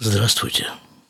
Здравствуйте.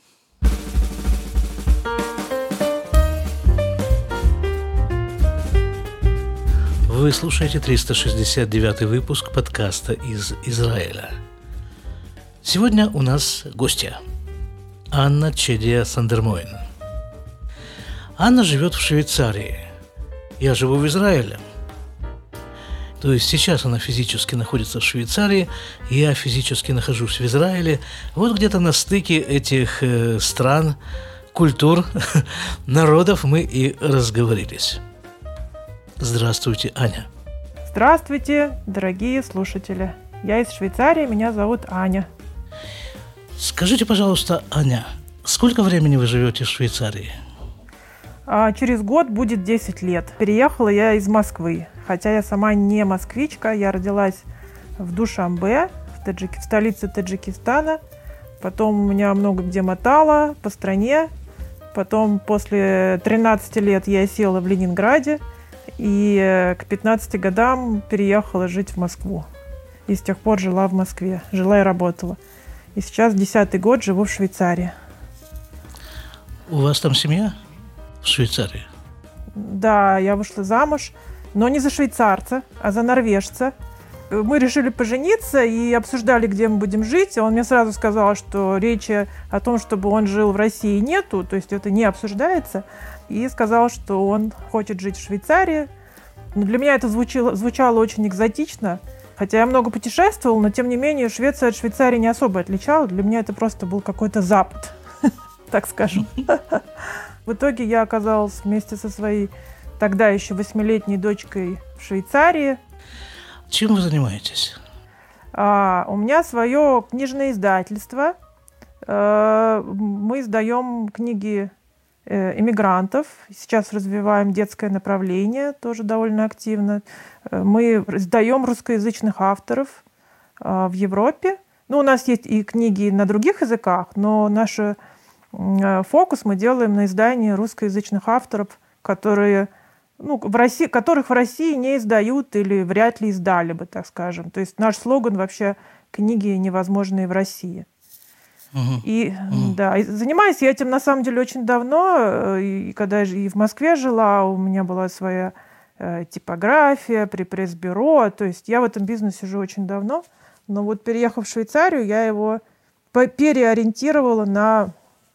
Вы слушаете 369 выпуск подкаста из Израиля. Сегодня у нас гостья Анна Чедия Сандермойн. Анна живет в Швейцарии. Я живу в Израиле. То есть сейчас она физически находится в Швейцарии, я физически нахожусь в Израиле. Вот где-то на стыке этих стран, культур, народов мы и разговорились. Здравствуйте, Аня. Здравствуйте, дорогие слушатели. Я из Швейцарии, меня зовут Аня. Скажите, пожалуйста, Аня, сколько времени вы живете в Швейцарии? Через год будет 10 лет. Переехала я из Москвы. Хотя я сама не москвичка, я родилась в Душанбе, в столице Таджикистана. Потом у меня много где мотала по стране. Потом после 13 лет я села в Ленинграде. И к 15 годам переехала жить в Москву. И с тех пор жила в Москве. Жила и работала. И сейчас 10-й год живу в Швейцарии. У вас там семья в Швейцарии? Да, я вышла замуж, но не за швейцарца, а за норвежца. Мы решили пожениться и обсуждали, где мы будем жить. Он мне сразу сказал, что речи о том, чтобы он жил в России, нету, то есть это не обсуждается. И сказал, что он хочет жить в Швейцарии. Но для меня это звучало очень экзотично. Хотя я много путешествовала, но тем не менее Швеция от Швейцарии не особо отличалась. Для меня это просто был какой-то Запад, так скажем. В итоге я оказалась вместе со своей тогда еще 8-летней дочкой в Швейцарии. Чем вы занимаетесь? У меня свое книжное издательство. Мы издаем книги эмигрантов. Сейчас развиваем детское направление, тоже довольно активно. Мы издаем русскоязычных авторов в Европе. У нас есть и книги на других языках, но наш фокус мы делаем на издании русскоязычных авторов, которых в России не издают или вряд ли издали бы, так скажем. То есть наш слоган вообще «Книги невозможные в России». Да, и занимаюсь я этим на самом деле очень давно. И когда я и в Москве жила, у меня была своя типография при пресс-бюро. То есть я в этом бизнесе уже очень давно. Но вот переехав в Швейцарию, я его переориентировала на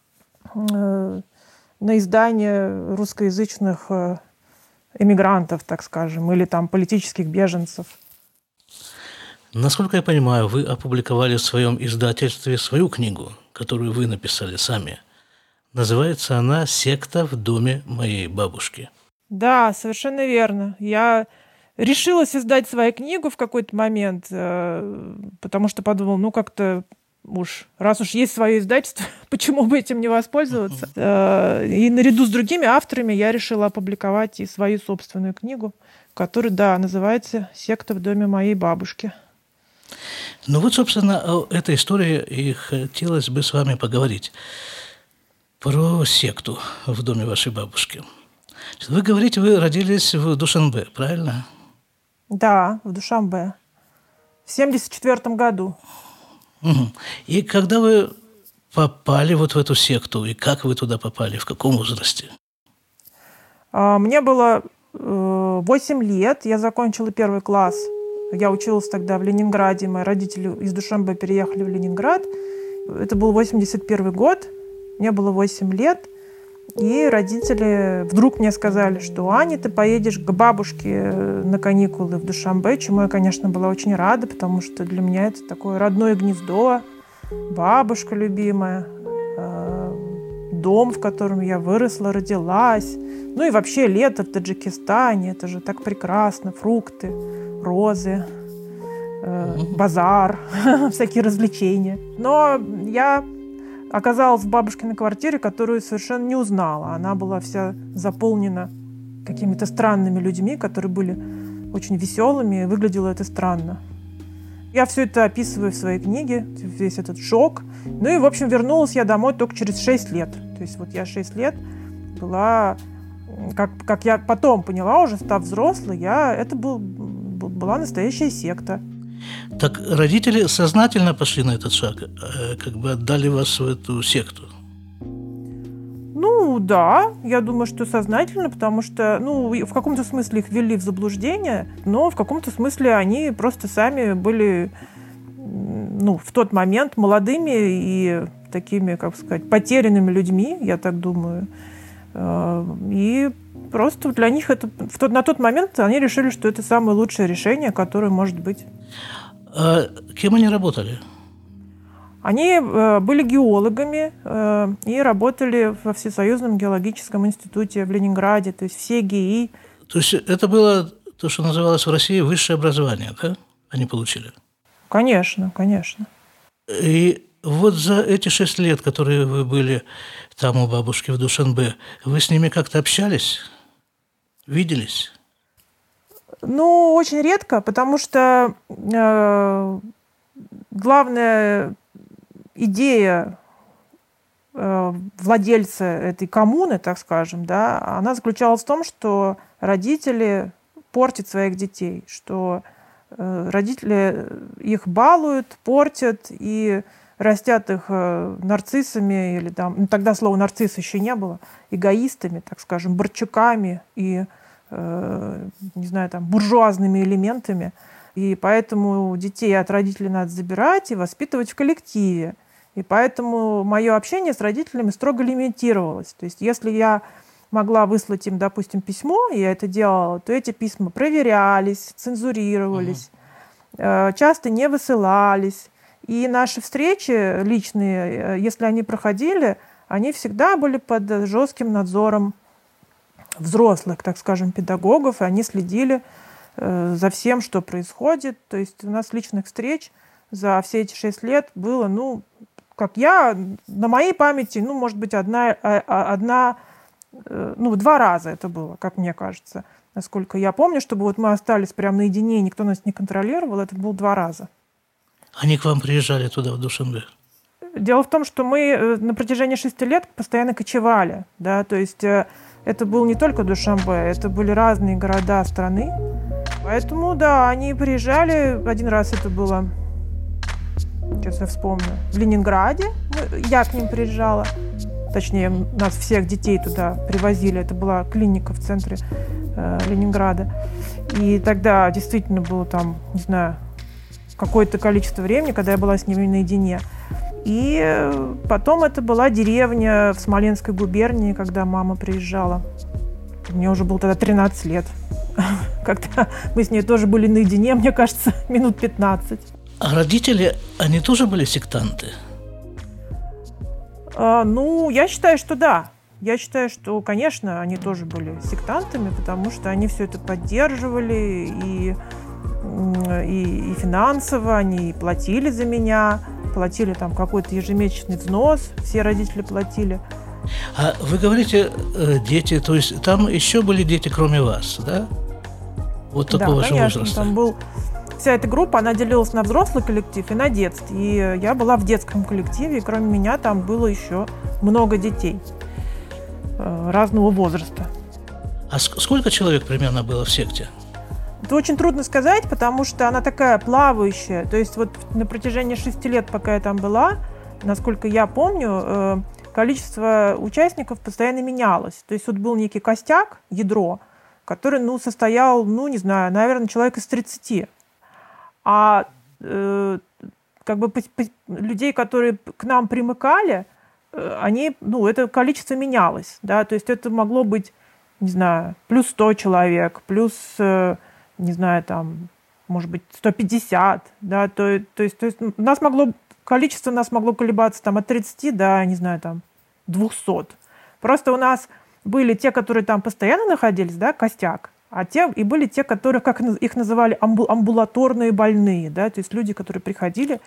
издание русскоязычных эмигрантов, так скажем, или там политических беженцев. Насколько я понимаю, вы опубликовали в своем издательстве свою книгу, которую вы написали сами. Называется она «Секта в доме моей бабушки». Да, совершенно верно. Я решилась издать свою книгу в какой-то момент, потому что подумала, раз уж есть свое издательство, почему бы этим не воспользоваться? И наряду с другими авторами я решила опубликовать и свою собственную книгу, которая, называется «Секта в доме моей бабушки». Собственно, о этой истории и хотелось бы с вами поговорить. Про секту в доме вашей бабушки. Вы говорите, вы родились в Душанбе, правильно? Да, в Душанбе. В 1974 году. И когда вы попали в эту секту, и как вы туда попали, в каком возрасте? Мне было 8 лет, я закончила 1 класс. Я училась тогда в Ленинграде, мои родители из Душанбе переехали в Ленинград. Это был 1981 год, мне было 8 лет. И родители вдруг мне сказали, что «Аня, ты поедешь к бабушке на каникулы в Душанбе», чему я, конечно, была очень рада, потому что для меня это такое родное гнездо, бабушка любимая, дом, в котором я выросла, родилась. И вообще лето в Таджикистане, это же так прекрасно, фрукты, розы, базар, всякие развлечения. Но я оказалась в бабушкиной квартире, которую совершенно не узнала. Она была вся заполнена какими-то странными людьми, которые были очень веселыми, и выглядело это странно. Я все это описываю в своей книге, весь этот шок. В общем, вернулась я домой только через 6 лет. То есть я 6 лет была, как я потом поняла, уже став взрослой, это была настоящая секта. Так родители сознательно пошли на этот шаг, как бы отдали вас в эту секту? Ну, да, я думаю, что сознательно, потому что, в каком-то смысле их ввели в заблуждение, но в каком-то смысле они просто сами были, в тот момент молодыми и такими, как сказать, потерянными людьми, я так думаю. И просто для них на тот момент они решили, что это самое лучшее решение, которое может быть. А кем они работали? Они были геологами и работали во Всесоюзном геологическом институте в Ленинграде, то есть все ГИИ. То есть это было то, что называлось в России высшее образование, да? Они получили? Конечно, конечно. И вот за эти 6 лет, которые вы были там у бабушки в Душанбе, вы с ними как-то общались? Виделись? Очень редко, потому что главная идея владельца этой коммуны, так скажем, да, она заключалась в том, что родители портят своих детей, что родители их балуют, портят и растят их нарциссами, или там, тогда слова нарцисс еще не было, эгоистами, так скажем, борчуками и, не знаю, там, буржуазными элементами. И поэтому детей от родителей надо забирать и воспитывать в коллективе. И поэтому мое общение с родителями строго лимитировалось. То есть если я могла выслать им, допустим, письмо, и я это делала, то эти письма проверялись, цензурировались, часто не высылались. И наши встречи личные, если они проходили, они всегда были под жестким надзором взрослых, так скажем, педагогов, и они следили за всем, что происходит. То есть у нас личных встреч за все эти 6 лет было, как я, на моей памяти, может быть, два раза это было, как мне кажется. Насколько я помню, чтобы вот мы остались прямо наедине, и никто нас не контролировал, это было 2 раза. Они к вам приезжали туда, в Душанбе? Дело в том, что мы на протяжении 6 лет постоянно кочевали, да, то есть это был не только Душанбе, это были разные города страны. Поэтому, да, они приезжали, один раз это было, сейчас я вспомню, в Ленинграде, я к ним приезжала, точнее, нас всех детей туда привозили, это была клиника в центре Ленинграда. И тогда действительно было там, не знаю, какое-то количество времени, когда я была с ними наедине. И потом это была деревня в Смоленской губернии, когда мама приезжала. Мне уже было тогда 13 лет. Когда мы с ней тоже были наедине, мне кажется, минут 15. А родители, они тоже были сектанты? Я считаю, что да. Я считаю, что, конечно, они тоже были сектантами, потому что они все это поддерживали и финансово, они платили за меня, платили там какой-то ежемесячный взнос, все родители платили. А вы говорите, дети, то есть там еще были дети, кроме вас, да? Вот такого же возраста. Там был... Вся эта группа, она делилась на взрослый коллектив и на детский. И я была в детском коллективе, и кроме меня там было еще много детей разного возраста. А сколько человек примерно было в секте? Это очень трудно сказать, потому что она такая плавающая. То есть вот на протяжении 6 лет, пока я там была, насколько я помню, количество участников постоянно менялось. То есть вот был некий костяк, ядро, который, состоял, не знаю, наверное, человек из 30. А людей, которые к нам примыкали, они, это количество менялось, да, то есть это могло быть, не знаю, плюс 100 человек, плюс, не знаю, там, может быть, 150, да, то есть количество нас могло колебаться там от 30 до, не знаю, там, 200. Просто у нас были те, которые там постоянно находились, да, костяк, и были те, которые, как их называли, амбулаторные больные, да, то есть люди, которые приходили...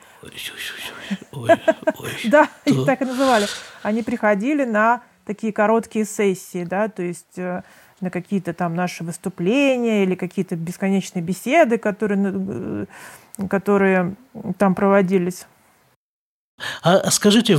Да, их так и называли. Они приходили на такие короткие сессии, да, то есть на какие-то там наши выступления или какие-то бесконечные беседы, которые там проводились. А скажите,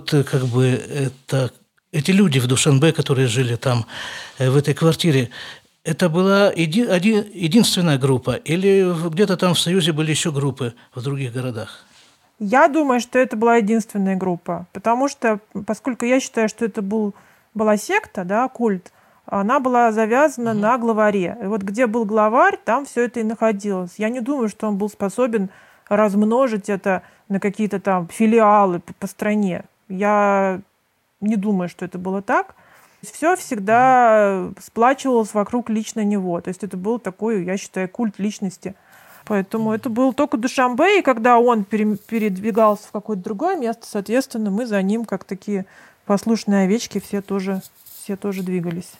эти люди в Душанбе, которые жили там, в этой квартире, Это была единственная группа или где-то там в Союзе были еще группы в других городах? Я думаю, что это была единственная группа, потому что, поскольку я считаю, что это была секта, да, культ, она была завязана на главаре. И вот где был главарь, там все это и находилось. Я не думаю, что он был способен размножить это на какие-то там филиалы по стране. Я не думаю, что это было так. Все всегда сплачивалось вокруг лично него. То есть это был такой, я считаю, культ личности. Поэтому это был только Душанбе, и когда он передвигался в какое-то другое место, соответственно, мы за ним, как такие послушные овечки, все тоже двигались.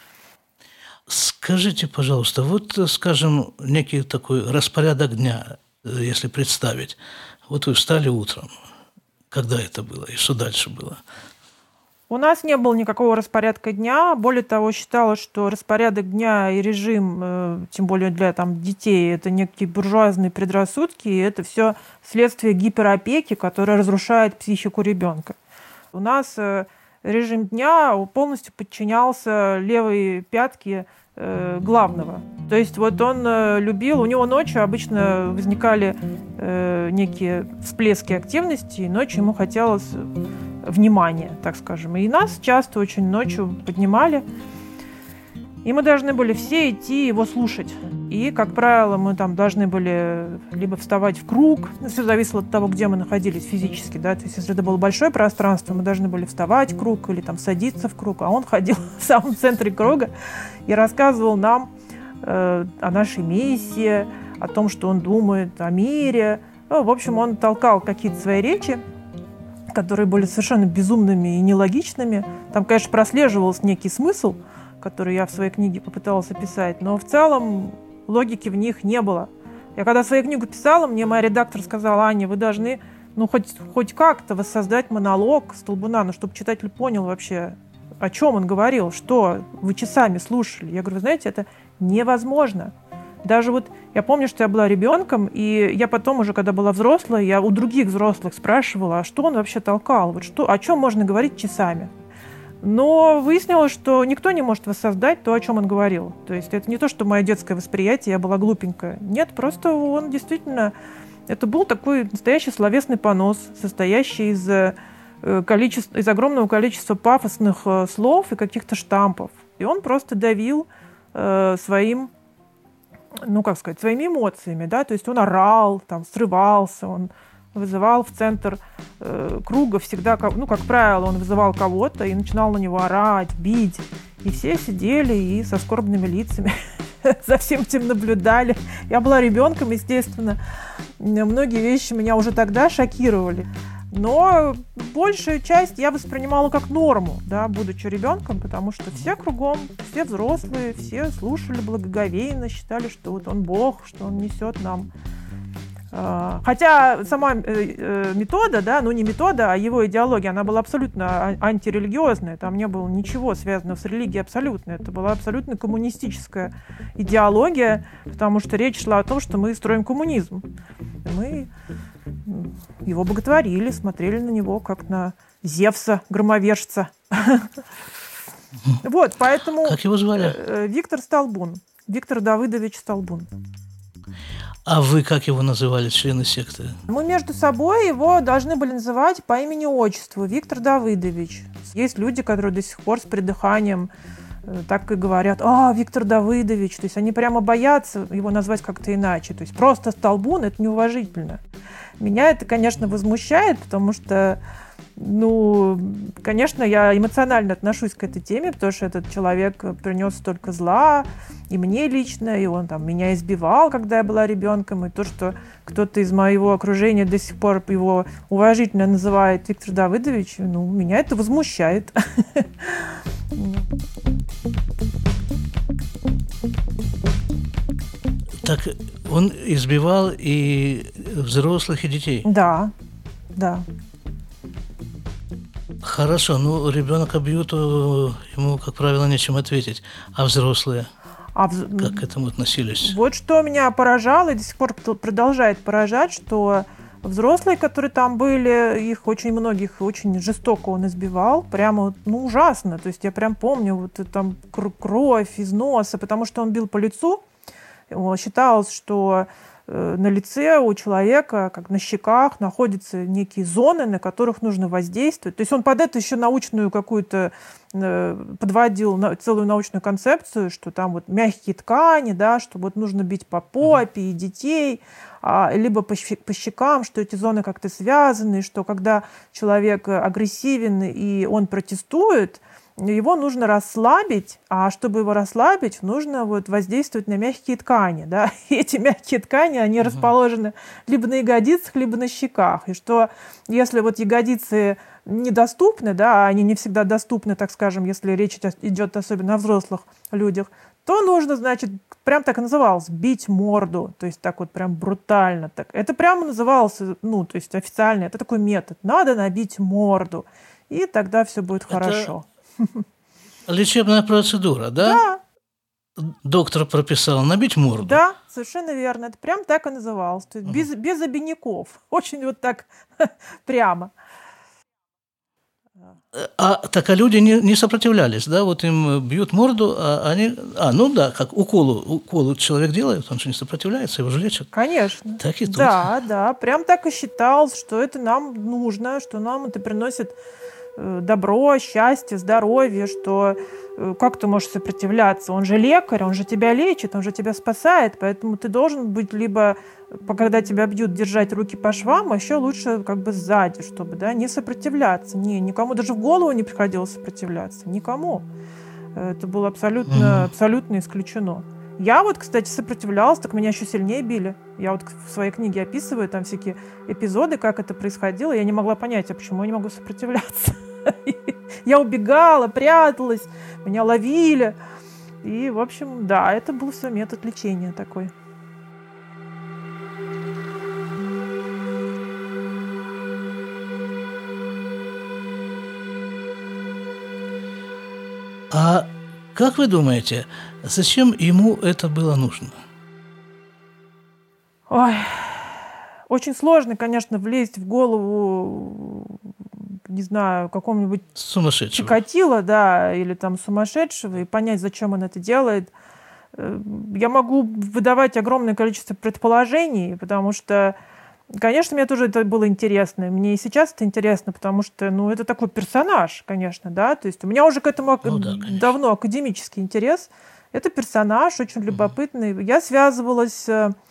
Скажите, пожалуйста, вот, скажем, некий такой распорядок дня, если представить. Вот вы встали утром. Когда это было и что дальше было? У нас не было никакого распорядка дня. Более того, считалось, что распорядок дня и режим, тем более для детей, это некие буржуазные предрассудки, и это все следствие гиперопеки, которая разрушает психику ребенка. У нас режим дня полностью подчинялся левой пятке главного. То есть вот он любил, у него ночью обычно возникали некие всплески активности, и ночью ему хотелось внимания, так скажем. И нас часто очень ночью поднимали, и мы должны были все идти его слушать. И, как правило, мы там должны были либо вставать в круг, все зависело от того, где мы находились физически, да, то есть если это было большое пространство, мы должны были вставать в круг или там садиться в круг, а он ходил в самом центре круга и рассказывал нам о нашей миссии, о том, что он думает о мире. Ну, в общем, он толкал какие-то свои речи, которые были совершенно безумными и нелогичными. Там, конечно, прослеживался некий смысл, который я в своей книге попыталась описать, но в целом логики в них не было. Я когда свою книгу писала, мне моя редактор сказала: Аня, вы должны хоть как-то воссоздать монолог Столбуна, чтобы читатель понял вообще, о чем он говорил, что вы часами слушали. Я говорю, вы знаете, это невозможно. Даже вот я помню, что я была ребенком, и я потом уже, когда была взрослой, я у других взрослых спрашивала, а что он вообще толкал, о чем можно говорить часами. Но выяснилось, что никто не может воссоздать то, о чем он говорил. То есть это не то, что мое детское восприятие, я была глупенькая. Нет, просто он действительно... Это был такой настоящий словесный понос, состоящий из огромного количества пафосных слов и каких-то штампов. И он просто давил своими эмоциями, да, то есть он орал, там, срывался, он вызывал в центр круга всегда, как правило, он вызывал кого-то и начинал на него орать, бить. И все сидели и со скорбными лицами за всем этим наблюдали. Я была ребенком, естественно. Многие вещи меня уже тогда шокировали. Но большую часть я воспринимала как норму, да, будучи ребенком, потому что все кругом, все взрослые, все слушали благоговейно, считали, что вот он Бог, что он несет нам. Хотя сама метода, да, не метода, а его идеология, она была абсолютно антирелигиозная, там не было ничего связанного с религией абсолютно. Это была абсолютно коммунистическая идеология, потому что речь шла о том, что мы строим коммунизм. Мы его боготворили, смотрели на него как на Зевса, громовержца. Вот, поэтому... Как его звали? Виктор Столбун. Виктор Давыдович Столбун. А вы как его называли, члены секты? Мы между собой его должны были называть по имени-отчеству Виктор Давыдович. Есть люди, которые до сих пор с придыханием так и говорят: Виктор Давыдович. То есть они прямо боятся его назвать как-то иначе. То есть просто Столбун – это неуважительно. Меня это, конечно, возмущает, потому что, конечно, я эмоционально отношусь к этой теме, потому что этот человек принес столько зла и мне лично, и он там меня избивал, когда я была ребенком, и то, что кто-то из моего окружения до сих пор его уважительно называет Виктор Давыдович, меня это возмущает. Так он избивал и взрослых, и детей? Да. Хорошо, ребенка бьют, ему, как правило, нечем ответить. А взрослые? Как к этому относились? Вот что меня поражало и до сих пор продолжает поражать, что взрослые, которые там были, их очень многих очень жестоко он избивал, прямо, ну, ужасно. То есть я прям помню, вот там кровь из носа, потому что он бил по лицу. Считалось, что на лице у человека, как на щеках, находятся некие зоны, на которых нужно воздействовать. То есть он под это еще научную какую-то подводил целую научную концепцию, что там вот мягкие ткани, да, что вот нужно бить по попе и детей, либо по щекам, что эти зоны как-то связаны, что когда человек агрессивен и он протестует, его нужно расслабить, а чтобы его расслабить, нужно вот воздействовать на мягкие ткани. Да? И эти мягкие ткани, они расположены либо на ягодицах, либо на щеках. И что если вот ягодицы недоступны, да, они не всегда доступны, так скажем, если речь идет особенно о взрослых людях, то нужно, значит, прям так и называлось, бить морду, то есть так вот прям брутально. Так. Это прямо называлось, ну, то есть официально, это такой метод. Надо набить морду, и тогда все будет хорошо. Лечебная процедура, да? Да. Доктор прописал набить морду. Да, совершенно верно. Это прям так и называлось. То есть без обиняков. Очень вот так прямо. Так люди не сопротивлялись, да? Вот им бьют морду, а они... ну да, как уколу человек делает, он же не сопротивляется, его же лечат. Конечно. Так и тут. Да, прям так и считалось, что это нам нужно, что нам это приносит добро, счастье, здоровье, что как ты можешь сопротивляться? Он же лекарь, он же тебя лечит, он же тебя спасает, поэтому ты должен быть либо, когда тебя бьют, держать руки по швам, а еще лучше как бы сзади, чтобы, да, не сопротивляться. Никому даже в голову не приходилось сопротивляться, никому. Это было абсолютно исключено. Я вот, кстати, сопротивлялась, так меня еще сильнее били. Я вот в своей книге описываю там всякие эпизоды, как это происходило. Я не могла понять, а почему я не могу сопротивляться. Я убегала, пряталась, меня ловили. И, в общем, да, это был все метод лечения такой. А как вы думаете, зачем ему это было нужно? Ой, очень сложно, конечно, влезть в голову, не знаю, какому-нибудь сумасшедшего Чикатило, да, или там сумасшедшего, и понять, зачем он это делает. Я могу выдавать огромное количество предположений, потому что, конечно, мне тоже это было интересно. Мне и сейчас это интересно, потому что, ну, это такой персонаж, конечно, да. То есть у меня уже к этому давно академический интерес. Это персонаж очень любопытный. Я связывалась...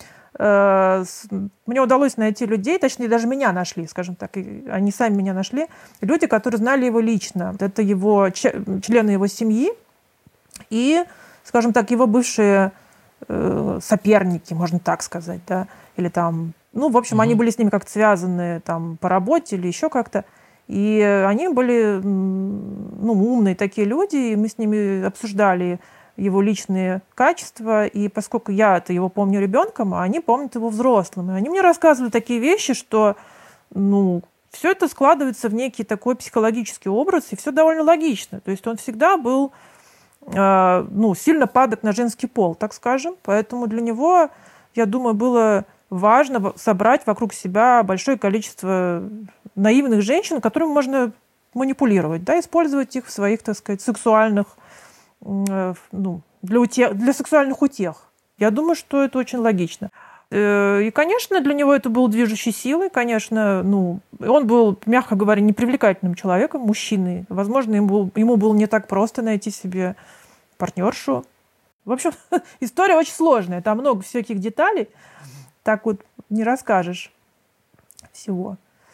Мне удалось найти людей, точнее, даже меня нашли, скажем так, они сами меня нашли, люди, которые знали его лично. Это его члены его семьи и, скажем так, его бывшие соперники, можно так сказать, да, или там, ну, в общем, они были с ними как-то связаны там по работе или еще как-то, и они были, ну, умные такие люди, и мы с ними обсуждали его личные качества, и поскольку я-то его помню ребенком, а они помнят его взрослым. И они мне рассказывали такие вещи, что, ну, все это складывается в некий такой психологический образ, и все довольно логично. То есть он всегда был, ну, сильно падок на женский пол, так скажем. Поэтому для него, я думаю, было важно собрать вокруг себя большое количество наивных женщин, которыми можно манипулировать, да, использовать их в своих, так сказать, сексуальных, ну, для сексуальных утех. Я думаю, что это очень логично. И, конечно, для него это было движущей силой. Конечно, ну, он был, мягко говоря, непривлекательным человеком, мужчиной. Возможно, ему было не так просто найти себе партнершу. В общем, история очень сложная. Там много всяких деталей. Так вот не расскажешь всего.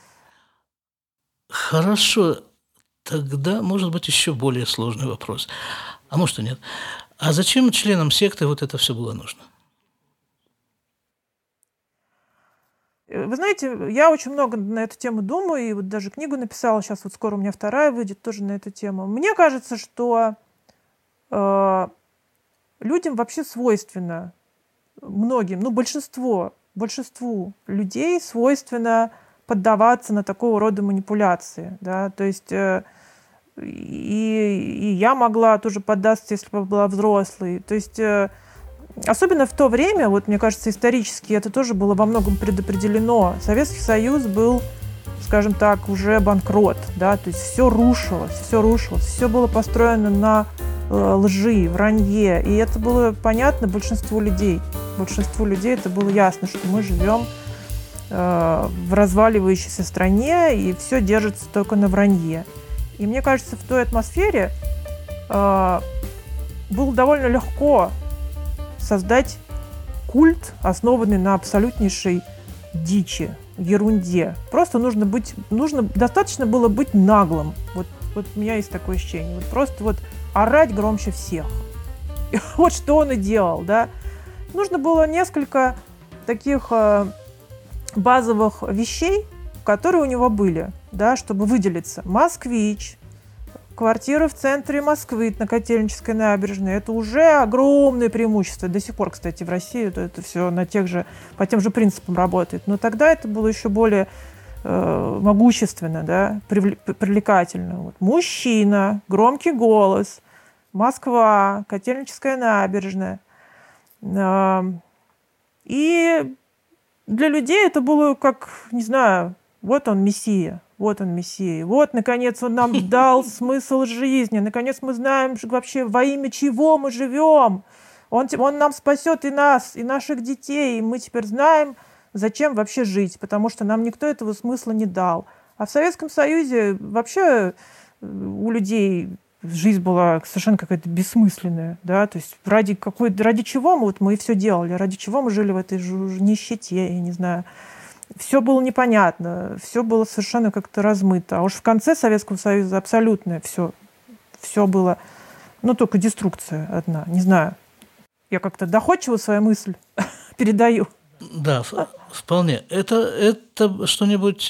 Хорошо. Тогда, может быть, еще более сложный вопрос. А может и нет. А зачем членам секты вот это все было нужно? Вы знаете, я очень много на эту тему думаю, и вот даже книгу написала, сейчас вот скоро у меня вторая выйдет тоже на эту тему. Мне кажется, что людям вообще свойственно, многим, ну, большинству людей свойственно поддаваться на такого рода манипуляции, да, то есть и я могла тоже поддаться, если бы была взрослой, то есть особенно в то время, вот мне кажется, исторически это тоже было во многом предопределено. Советский Союз был, скажем так, уже банкрот, да, то есть все рушилось, все было построено на лжи, вранье, и это было понятно большинству людей. Большинству людей это было ясно, что мы живем в разваливающейся стране, и все держится только на вранье. И мне кажется, в той атмосфере было довольно легко создать культ, основанный на абсолютнейшей дичи, ерунде. Просто достаточно было быть наглым. Вот у меня есть такое ощущение. Вот просто вот орать громче всех. И вот что он и делал, да. Нужно было несколько таких базовых вещей, которые у него были, да, чтобы выделиться. Москвич, квартира в центре Москвы на Котельнической набережной. Это уже огромное преимущество. До сих пор, кстати, в России это все по тем же принципам работает. Но тогда это было еще более могущественно, да, привлекательно. Вот. Мужчина, громкий голос, Москва, Котельническая набережная. И для людей это было как, не знаю, вот он мессия. Вот, наконец, он нам дал смысл жизни. Наконец, мы знаем вообще, во имя чего мы живем. Он нам спасет и нас, и наших детей. И мы теперь знаем, зачем вообще жить, потому что нам никто этого смысла не дал. А в Советском Союзе вообще у людей жизнь была совершенно какая-то бессмысленная. Да? То есть ради чего мы все делали, ради чего мы жили в этой нищете, я не знаю. Все было непонятно, все было совершенно как-то размыто. А уж в конце Советского Союза абсолютно все было, только деструкция одна. Не знаю, я как-то доходчиво свою мысль передаю. Да, вполне. Это что-нибудь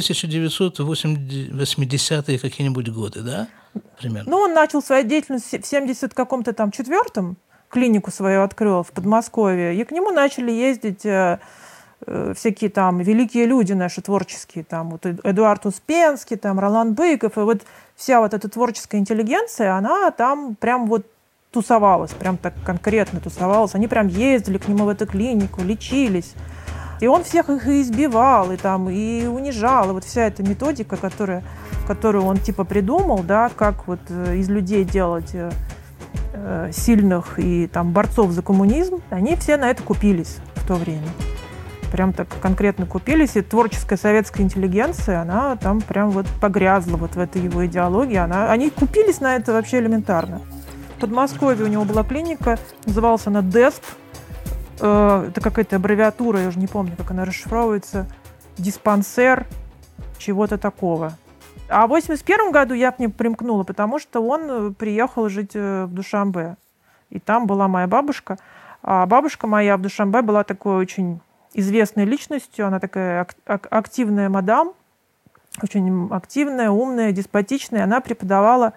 1980-е какие-нибудь годы, да? Примерно. Он начал свою деятельность в 74-м, клинику свою открыл в Подмосковье, и к нему начали ездить всякие там великие люди наши творческие, там вот Эдуард Успенский, там Ролан Быков, и вот вся вот эта творческая интеллигенция, она там прям вот тусовалась, прям так конкретно тусовалась. Они прям ездили к нему в эту клинику, лечились. И он всех их и избивал, и унижал. И вот вся эта методика, которую он типа придумал, да, как вот из людей делать сильных и там борцов за коммунизм, они все на это купились в то время. Прям так конкретно купились, и творческая советская интеллигенция, она там прям вот погрязла вот в этой его идеологии. Они купились на это вообще элементарно. В Подмосковье у него была клиника, называлась она ДЭСП. Это какая-то аббревиатура, я уже не помню, как она расшифровывается. Диспансер чего-то такого. А в 1981 году я к нему примкнула, потому что он приехал жить в Душанбе. И там была моя бабушка. А бабушка моя в Душанбе была такой очень известной личностью. Она такая активная мадам, очень активная, умная, деспотичная. Она преподавала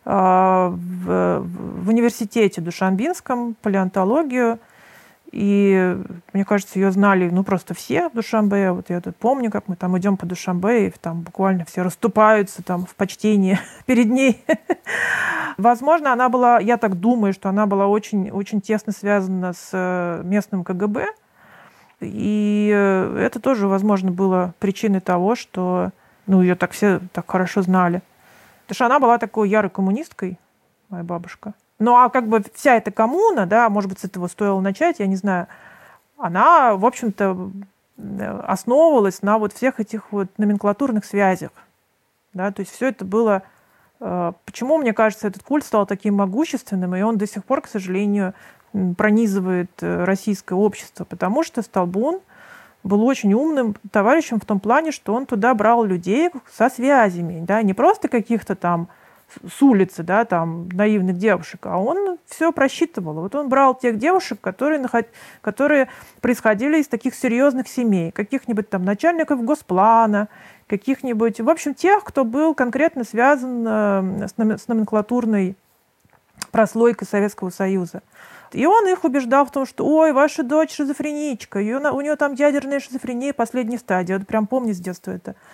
в университете Душанбинском палеонтологию. И, мне кажется, ее знали просто все в Душанбе. Вот я тут помню, как мы там идем по Душанбе, и там буквально все расступаются там в почтении перед ней. Возможно, она была, я так думаю, что она была очень, очень тесно связана с местным КГБ. И это тоже, возможно, было причиной того, что ее так все так хорошо знали. Потому что она была такой ярой коммунисткой, моя бабушка. Ну, а как бы вся эта коммуна, да, может быть, с этого стоило начать, я не знаю, она, в общем-то, основывалась на вот всех этих вот номенклатурных связях. Да, то есть все это было... Почему, мне кажется, этот культ стал таким могущественным, и он до сих пор, к сожалению, пронизывает российское общество? Потому что Столбун был очень умным товарищем в том плане, что он туда брал людей со связями, да, не просто каких-то там с улицы, да, там, наивных девушек, а он все просчитывал. Вот он брал тех девушек, которые происходили из таких серьезных семей, каких-нибудь там начальников госплана, каких-нибудь, в общем, тех, кто был конкретно связан с номенклатурной прослойкой Советского Союза. И он их убеждал в том, что «Ой, ваша дочь шизофреничка, у нее там ядерная шизофрения последней стадии». Вот прям помню с детства это.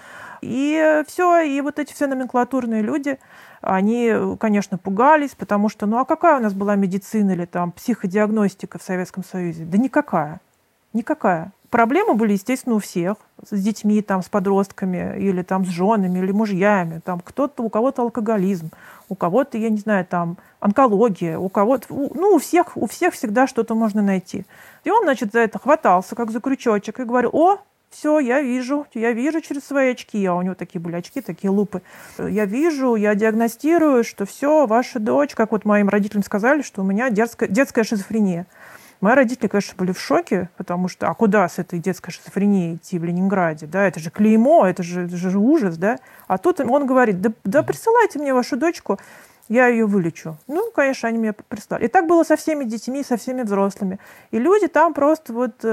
И все, и вот эти все номенклатурные люди, они, конечно, пугались, потому что, ну а какая у нас была медицина или там психодиагностика в Советском Союзе? Да никакая. Никакая. Проблемы были, естественно, у всех. С детьми, там, с подростками, или там с женами, или мужьями. Там кто-то, у кого-то алкоголизм, у кого-то, я не знаю, там, онкология, у кого-то... Ну, у всех всегда что-то можно найти. И он, значит, за это хватался, как за крючочек, и говорил: о, все, я вижу через свои очки. А у него такие были очки, такие лупы. Я вижу, я диагностирую, что все, ваша дочь, как вот моим родителям сказали, что у меня детская шизофрения. Мои родители, конечно, были в шоке, потому что, а куда с этой детской шизофренией идти в Ленинграде, да, это же клеймо, это же ужас, да. А тут он говорит: да присылайте мне вашу дочку, я ее вылечу. Ну, конечно, они меня прислали. И так было со всеми детьми, со всеми взрослыми. И люди там просто вот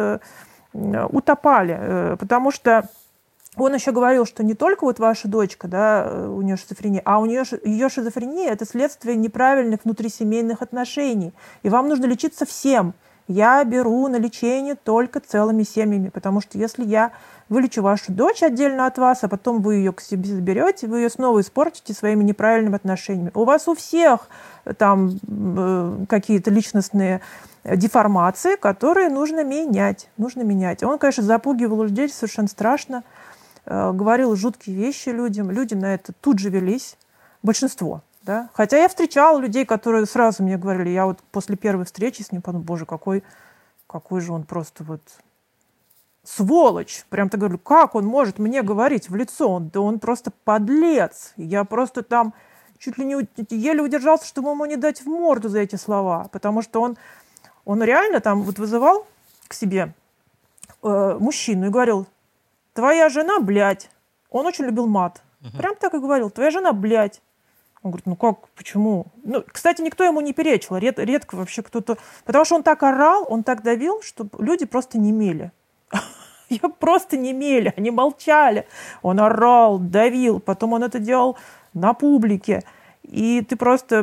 утопали, потому что он еще говорил, что не только вот ваша дочка, да, у нее шизофрения, а у нее ее шизофрения – это следствие неправильных внутрисемейных отношений. И вам нужно лечиться всем. Я беру на лечение только целыми семьями, потому что если я вылечу вашу дочь отдельно от вас, а потом вы ее к себе заберете, вы ее снова испортите своими неправильными отношениями. У вас у всех там какие-то личностные деформации, которые нужно менять. Нужно менять. Он, конечно, запугивал людей совершенно страшно, говорил жуткие вещи людям. Люди на это тут же велись. Большинство. Да? Хотя я встречала людей, которые сразу мне говорили, я вот после первой встречи с ним подумала: боже, какой же он просто вот сволочь. Прям так говорю: как он может мне говорить в лицо? Да он просто подлец. Я просто там чуть ли не еле удержался, чтобы ему не дать в морду за эти слова. Потому что он реально там вот вызывал к себе мужчину и говорил: твоя жена, блядь. Он очень любил мат. Прям так и говорил: твоя жена, блядь. Он говорит: ну как, почему? Ну, кстати, никто ему не перечил. Редко вообще кто-то... Потому что он так орал, он так давил, что люди просто немели. Я просто немели, они молчали. Он орал, давил, потом он это делал на публике. И ты просто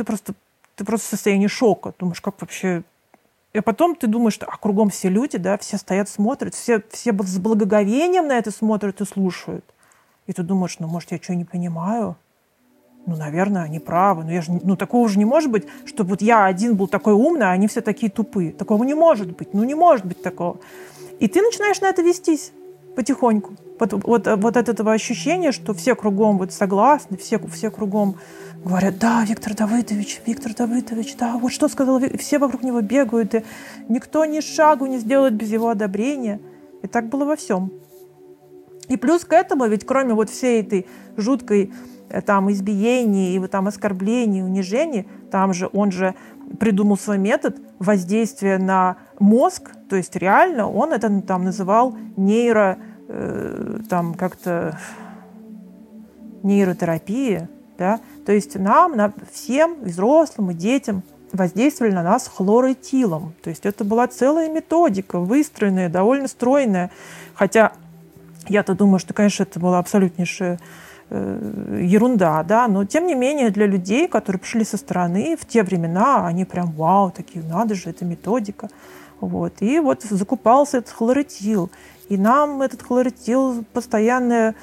в состоянии шока. Думаешь, как вообще... И потом ты думаешь, что кругом все люди, да, все стоят, смотрят, все с благоговением на это смотрят и слушают. И ты думаешь: ну, может, я что, не понимаю? Ну, наверное, они правы. Но такого же не может быть, чтобы вот я один был такой умный, а они все такие тупые. Такого не может быть. Ну, не может быть такого. И ты начинаешь на это вестись потихоньку. Вот от этого ощущения, что все кругом вот согласны, все кругом говорят: да, Виктор Давыдович, да, вот что сказал, все вокруг него бегают, и никто ни шагу не сделает без его одобрения. И так было во всем. И плюс к этому, ведь кроме вот всей этой жуткой там избиений, и там оскорблений, унижений, там же он же придумал свой метод воздействия на мозг, то есть реально он это там называл нейротерапией, да, то есть всем, взрослым и детям воздействовали на нас хлороэтилом, то есть это была целая методика, выстроенная, довольно стройная, хотя я-то думаю, что, конечно, это была абсолютнейшая ерунда, да, но тем не менее для людей, которые пришли со стороны в те времена, они прям вау, такие, надо же, это методика. Вот. И вот закупался этот хлороэтил. И нам этот хлороэтил постоянно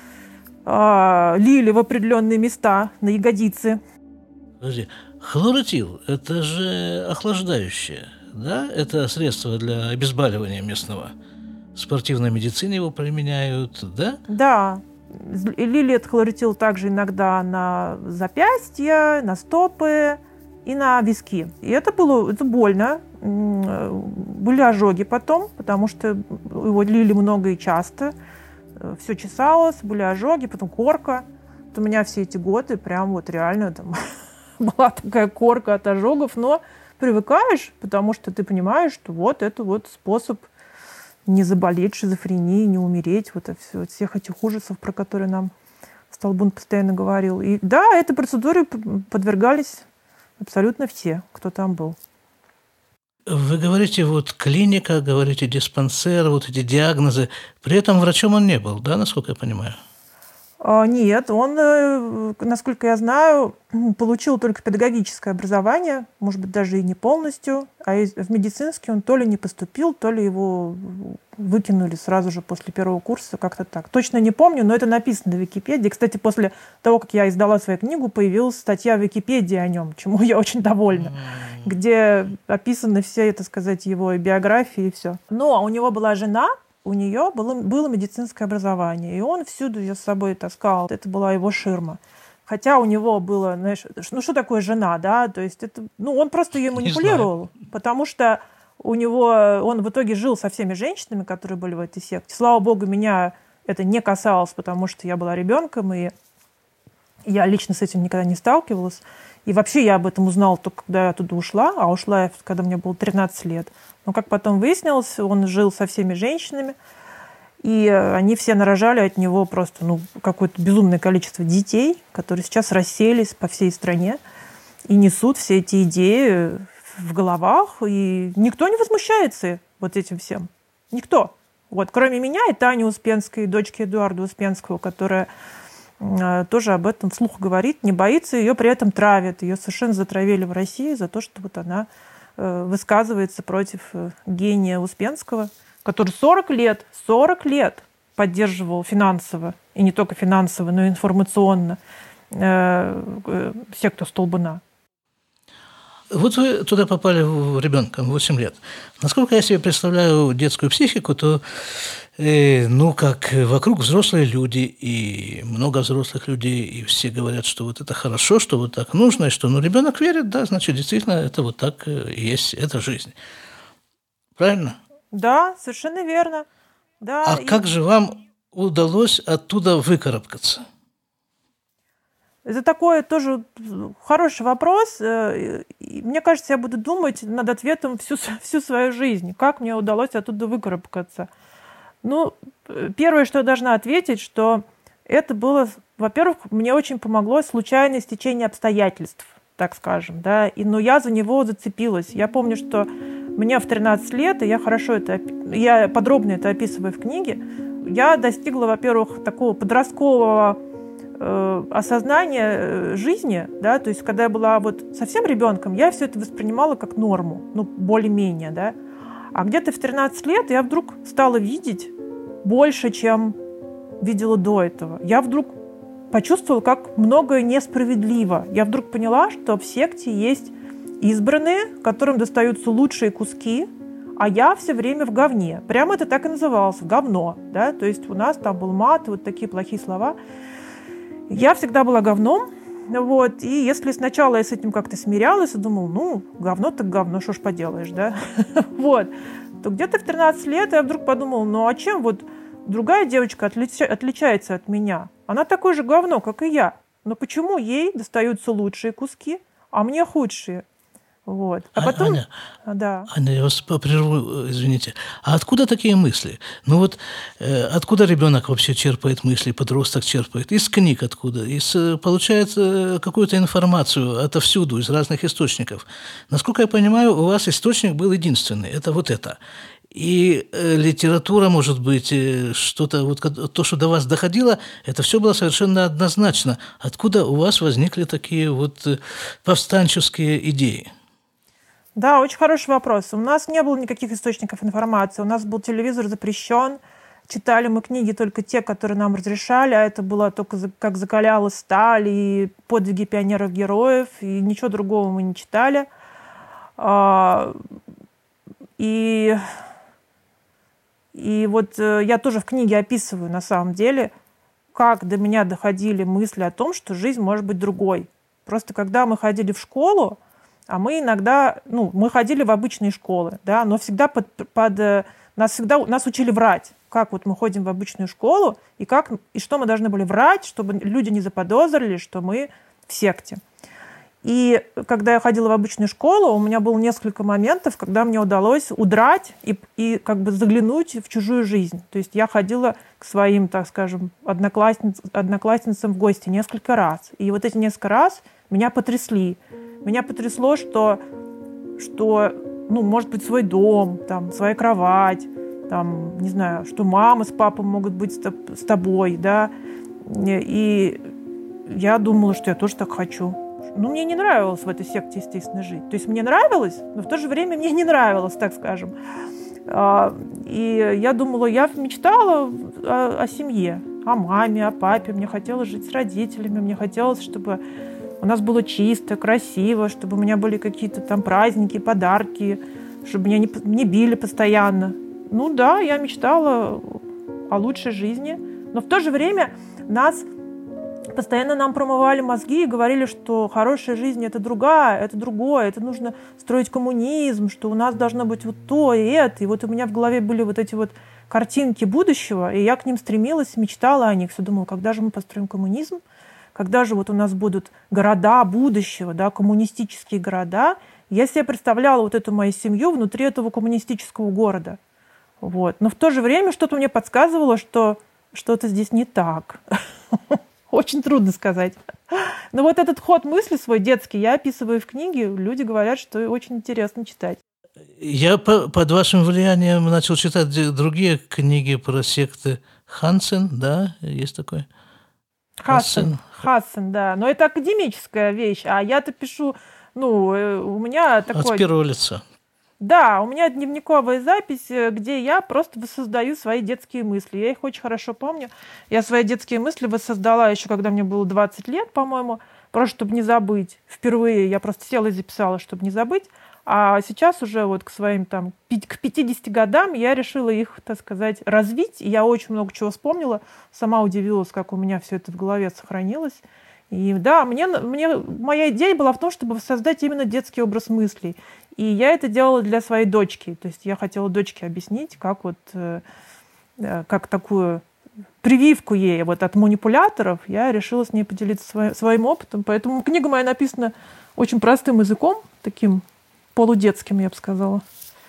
лили в определенные места, на ягодицы. Подожди, хлороэтил – это же охлаждающее, да? Это средство для обезболивания местного. В спортивной медицине его применяют, да? Да. Лили этот хлороэтил также иногда на запястья, на стопы и на виски. И это больно. Были ожоги потом, потому что его лили много и часто. Все чесалось, были ожоги, потом корка. Вот у меня все эти годы прям вот реально там была такая корка от ожогов, но привыкаешь, потому что ты понимаешь, что вот это вот способ не заболеть шизофренией, не умереть, вот от всех этих ужасов, про которые нам Столбун постоянно говорил. И да, этой процедуре подвергались абсолютно все, кто там был. Вы говорите, вот клиника, говорите диспансер, вот эти диагнозы. При этом врачом он не был, да, насколько я понимаю? Нет, он, насколько я знаю, получил только педагогическое образование, может быть, даже и не полностью, а в медицинский он то ли не поступил, то ли его выкинули сразу же после первого курса, как-то так. Точно не помню, но это написано в Википедии. Кстати, после того, как я издала свою книгу, появилась статья в Википедии о нем, чему я очень довольна, где описаны все, так сказать, его биографии и все. Но у него была жена, у нее было медицинское образование, и он всюду ее с собой таскал. Это была его ширма. Хотя у него было, знаешь, ну что такое жена, да? То есть это, ну, он просто ее манипулировал, потому что у него, он в итоге жил со всеми женщинами, которые были в этой секте. Слава богу, меня это не касалось, потому что я была ребенком, и я лично с этим никогда не сталкивалась. И вообще я об этом узнала только когда я оттуда ушла, а ушла я, когда мне было 13 лет. Но, как потом выяснилось, он жил со всеми женщинами, и они все нарожали от него просто какое-то безумное количество детей, которые сейчас расселись по всей стране и несут все эти идеи в головах, и никто не возмущается вот этим всем. Никто. Вот, кроме меня и Тани Успенской, дочки Эдуарда Успенского, которая тоже об этом вслух говорит, не боится, ее при этом травят. Ее совершенно затравили в России за то, что вот она высказывается против гения Успенского, который 40 лет поддерживал финансово, и не только финансово, но и информационно, секту Столбуна. Вот вы туда попали ребенком, 8 лет. Насколько я себе представляю детскую психику, то как вокруг взрослые люди, и много взрослых людей, и все говорят, что вот это хорошо, что вот так нужно, и что ребенок верит, да, значит, действительно, это вот так и есть, это жизнь. Правильно? Да, совершенно верно. Да, как же вам удалось оттуда выкарабкаться? Это такой тоже хороший вопрос. Мне кажется, я буду думать над ответом всю свою жизнь. Как мне удалось оттуда выкарабкаться? Первое, что я должна ответить, что это было, во-первых, мне очень помогло случайное стечение обстоятельств, так скажем, да, но я за него зацепилась. Я помню, что мне в 13 лет, и я подробно это описываю в книге, я достигла, во-первых, такого подросткового осознания жизни, да, то есть когда я была вот совсем ребенком, я все это воспринимала как норму, более-менее, да. А где-то в 13 лет я вдруг стала видеть больше, чем видела до этого. Я вдруг почувствовала, как многое несправедливо. Я вдруг поняла, что в секте есть избранные, которым достаются лучшие куски, а я все время в говне. Прямо это так и называлось, говно, да, то есть у нас там был мат, вот такие плохие слова. Я всегда была говном, вот, и если сначала я с этим как-то смирялась и думала, говно так говно, что ж поделаешь, да, вот, то где-то в 13 лет я вдруг подумала, а чем вот другая девочка отличается от меня? Она такое же говно, как и я, но почему ей достаются лучшие куски, а мне худшие? Вот. А потом... Аня, да. Аня, я вас прерву, извините. А откуда такие мысли? Откуда ребенок вообще черпает мысли, подросток черпает? Из книг откуда? Получает какую-то информацию отовсюду, из разных источников. Насколько я понимаю, у вас источник был единственный. Это вот это. И литература, может быть, что-то, то, что до вас доходило, это все было совершенно однозначно. Откуда у вас возникли такие повстанческие идеи? Да, очень хороший вопрос. У нас не было никаких источников информации. У нас был телевизор запрещен. Читали мы книги только те, которые нам разрешали, а это было только как закалялась сталь и подвиги пионеров-героев, и ничего другого мы не читали. И вот я тоже в книге описываю, на самом деле, как до меня доходили мысли о том, что жизнь может быть другой. Просто когда мы ходили в школу, а мы иногда, мы ходили в обычные школы, да, но всегда нас учили врать, как вот мы ходим в обычную школу, и что мы должны были врать, чтобы люди не заподозрили, что мы в секте. И когда я ходила в обычную школу, у меня было несколько моментов, когда мне удалось удрать и как бы заглянуть в чужую жизнь. То есть я ходила к своим, так скажем, одноклассницам в гости несколько раз. И вот эти несколько раз меня потрясли. Меня потрясло, что может быть, свой дом, там, своя кровать, там, не знаю, что мама с папой могут быть с тобой, да, И я думала, что я тоже так хочу. Ну, мне не нравилось в этой секте, естественно, жить. То есть мне нравилось, но в то же время мне не нравилось, так скажем. И я думала, я мечтала о семье, о маме, о папе. Мне хотелось жить с родителями, мне хотелось, чтобы у нас было чисто, красиво, чтобы у меня были какие-то там праздники, подарки, чтобы меня не били постоянно. Ну да, я мечтала о лучшей жизни. Но в то же время постоянно нам промывали мозги и говорили, что хорошая жизнь – это другая, это другое, это нужно строить коммунизм, что у нас должно быть вот то и это. И вот у меня в голове были вот эти вот картинки будущего, и я к ним стремилась, мечтала о них. Все думала, когда же мы построим коммунизм, когда же вот у нас будут города будущего, да, коммунистические города. Я себе представляла вот эту мою семью внутри этого коммунистического города. Вот. Но в то же время что-то мне подсказывало, что что-то здесь не так. Очень трудно сказать. Но вот этот ход мысли свой детский я описываю в книге. Люди говорят, что очень интересно читать. Я под вашим влиянием начал читать другие книги про секты. Хансен, да, есть такой? Хассен, да. Но это академическая вещь. А я-то пишу, у меня такой... От первого лица. Да, у меня дневниковая запись, где я просто воссоздаю свои детские мысли. Я их очень хорошо помню. Я свои детские мысли воссоздала еще, когда мне было 20 лет, по-моему, просто чтобы не забыть. Впервые я просто села и записала, чтобы не забыть. А сейчас уже вот к своим там, к 50 годам я решила их, так сказать, развить. И я очень много чего вспомнила. Сама удивилась, как у меня все это в голове сохранилось. И да, моя идея была в том, чтобы воссоздать именно детский образ мыслей. И я это делала для своей дочки. То есть я хотела дочке объяснить, как такую прививку ей вот от манипуляторов. Я решила с ней поделиться своим опытом. Поэтому книга моя написана очень простым языком, таким полудетским, я бы сказала.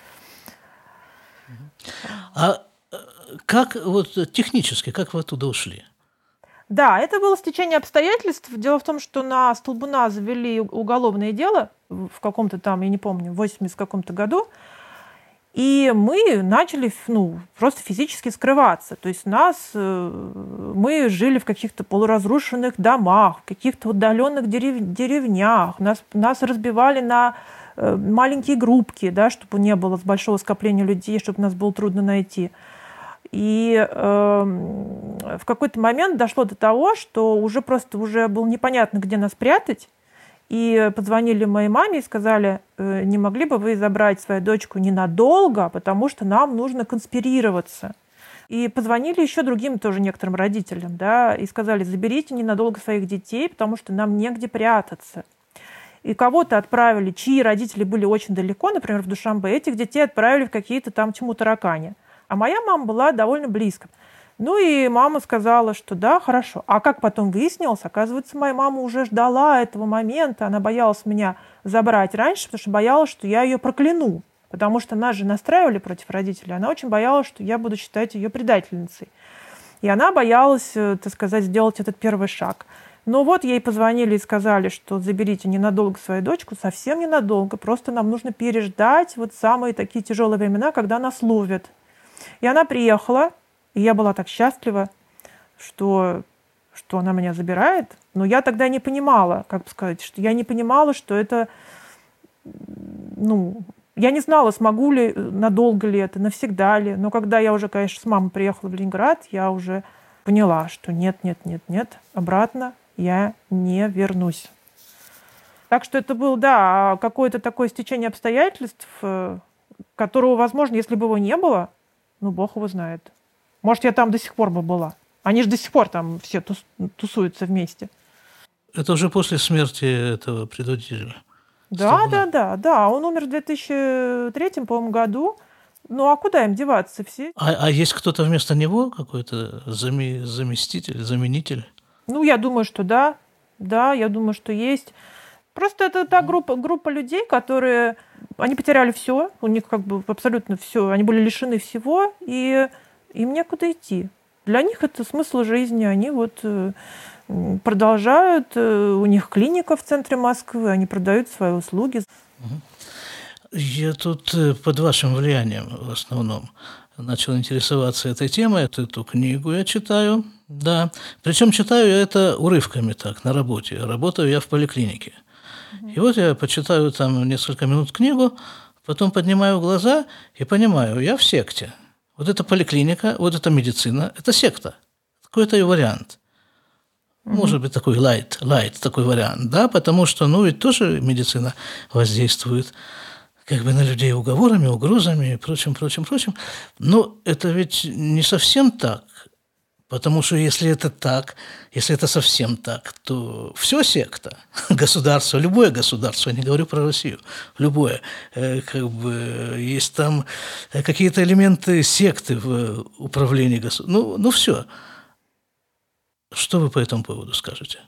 А как вот технически, как вы оттуда ушли? Да, это было стечение обстоятельств. Дело в том, что на Столбуна завели уголовное дело в каком-то там, я не помню, в 80 каком-то году. И мы начали просто физически скрываться. То есть мы жили в каких-то полуразрушенных домах, в каких-то удаленных деревнях. Нас разбивали на маленькие группки, да, чтобы не было большого скопления людей, чтобы нас было трудно найти. И в какой-то момент дошло до того, что уже было непонятно, где нас прятать. И позвонили моей маме и сказали, не могли бы вы забрать свою дочку ненадолго, потому что нам нужно конспирироваться. И позвонили еще другим тоже некоторым родителям, да, и сказали, заберите ненадолго своих детей, потому что нам негде прятаться. И кого-то отправили, чьи родители были очень далеко, например, в Душанбе, этих детей отправили в какие-то там Тьму-Таракани. А моя мама была довольно близко. Ну и мама сказала, что да, хорошо. А как потом выяснилось, оказывается, моя мама уже ждала этого момента. Она боялась меня забрать раньше, потому что боялась, что я ее прокляну. Потому что нас же настраивали против родителей. Она очень боялась, что я буду считать ее предательницей. И она боялась, так сказать, сделать этот первый шаг. Но вот ей позвонили и сказали, что заберите ненадолго свою дочку, совсем ненадолго. Просто нам нужно переждать вот самые такие тяжелые времена, когда нас ловят. И она приехала, и я была так счастлива, что она меня забирает. Но я тогда не понимала, что я не понимала, что это, я не знала, смогу ли, надолго ли это, навсегда ли. Но когда я уже, конечно, с мамой приехала в Ленинград, я уже поняла, что нет, обратно я не вернусь. Так что это было, да, какое-то такое стечение обстоятельств, которого, возможно, если бы его не было, Бог его знает. Может, я там до сих пор бы была. Они же до сих пор там все тусуются вместе. Это уже после смерти этого предводителя? Да. Он умер в 2003, по-моему, году. А куда им деваться все? А есть кто-то вместо него? Какой-то заместитель, заменитель? Я думаю, что да. Да, я думаю, что есть. Просто это та группа людей, которые... Они потеряли все, у них абсолютно все, они были лишены всего, и им некуда идти. Для них это смысл жизни, они продолжают, у них клиника в центре Москвы, они продают свои услуги. Я тут под вашим влиянием в основном. начал интересоваться этой темой. Эту книгу я читаю, да. Причем читаю я это урывками так, на работе. Работаю я в поликлинике. И вот я почитаю там несколько минут книгу, потом поднимаю глаза и понимаю, я в секте. Вот эта поликлиника, вот эта медицина – это секта. Какой-то и вариант. Может быть, такой лайт такой вариант, да, потому что, ведь тоже медицина воздействует как бы на людей уговорами, угрозами и прочим. Но это ведь не совсем так, потому что если это так, если это совсем так, то все секта, государство, любое государство, я не говорю про Россию, любое, как бы есть там какие-то элементы секты в управлении государством, ну все. Что вы по этому поводу скажете?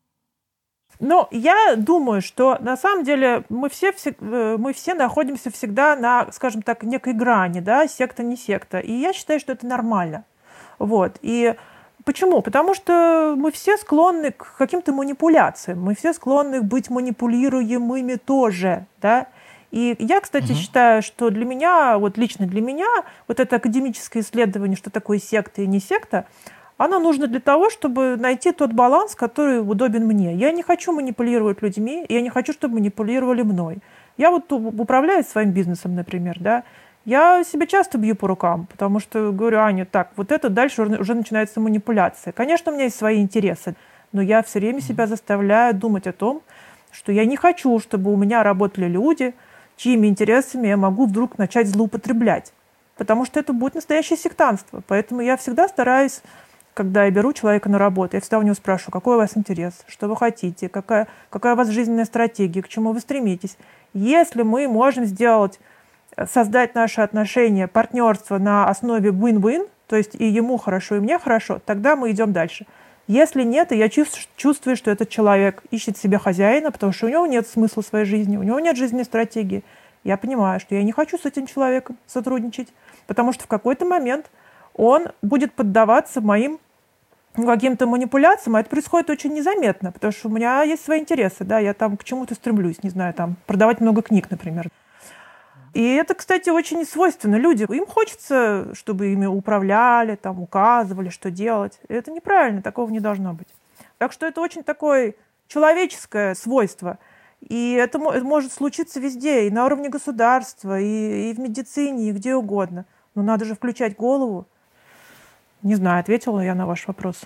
Я думаю, что на самом деле мы все находимся всегда на, скажем так, некой грани, да, секта, не секта. И я считаю, что это нормально. Вот. И почему? Потому что мы все склонны к каким-то манипуляциям, мы все склонны быть манипулируемыми тоже, да. И я, кстати, считаю, что для меня, лично для меня, это академическое исследование, что такое секта и не секта, оно нужно для того, чтобы найти тот баланс, который удобен мне. Я не хочу манипулировать людьми, я не хочу, чтобы манипулировали мной. Я управляю своим бизнесом, например, да, я себя часто бью по рукам, потому что говорю, Аня, так, это дальше уже начинается манипуляция. Конечно, у меня есть свои интересы, но я все время себя заставляю думать о том, что я не хочу, чтобы у меня работали люди, чьими интересами я могу вдруг начать злоупотреблять. Потому что это будет настоящее сектантство. Поэтому я всегда стараюсь, когда я беру человека на работу, я всегда у него спрашиваю, какой у вас интерес, что вы хотите, какая у вас жизненная стратегия, к чему вы стремитесь. Если мы можем создать наши отношения, партнерство на основе win-win, то есть и ему хорошо, и мне хорошо, тогда мы идем дальше. Если нет, и я чувствую, что этот человек ищет себе хозяина, потому что у него нет смысла в своей жизни, у него нет жизненной стратегии, я понимаю, что я не хочу с этим человеком сотрудничать, потому что в какой-то момент он будет поддаваться моим каким-то манипуляциям, а это происходит очень незаметно, потому что у меня есть свои интересы, да, я там к чему-то стремлюсь, не знаю, там, продавать много книг, например. И это, кстати, очень свойственно людям. Им хочется, чтобы ими управляли, там, указывали, что делать. Это неправильно, такого не должно быть. Так что это очень такое человеческое свойство. И это может случиться везде, и на уровне государства, и в медицине, и где угодно. Но надо же включать голову. Не знаю, ответила я на ваш вопрос.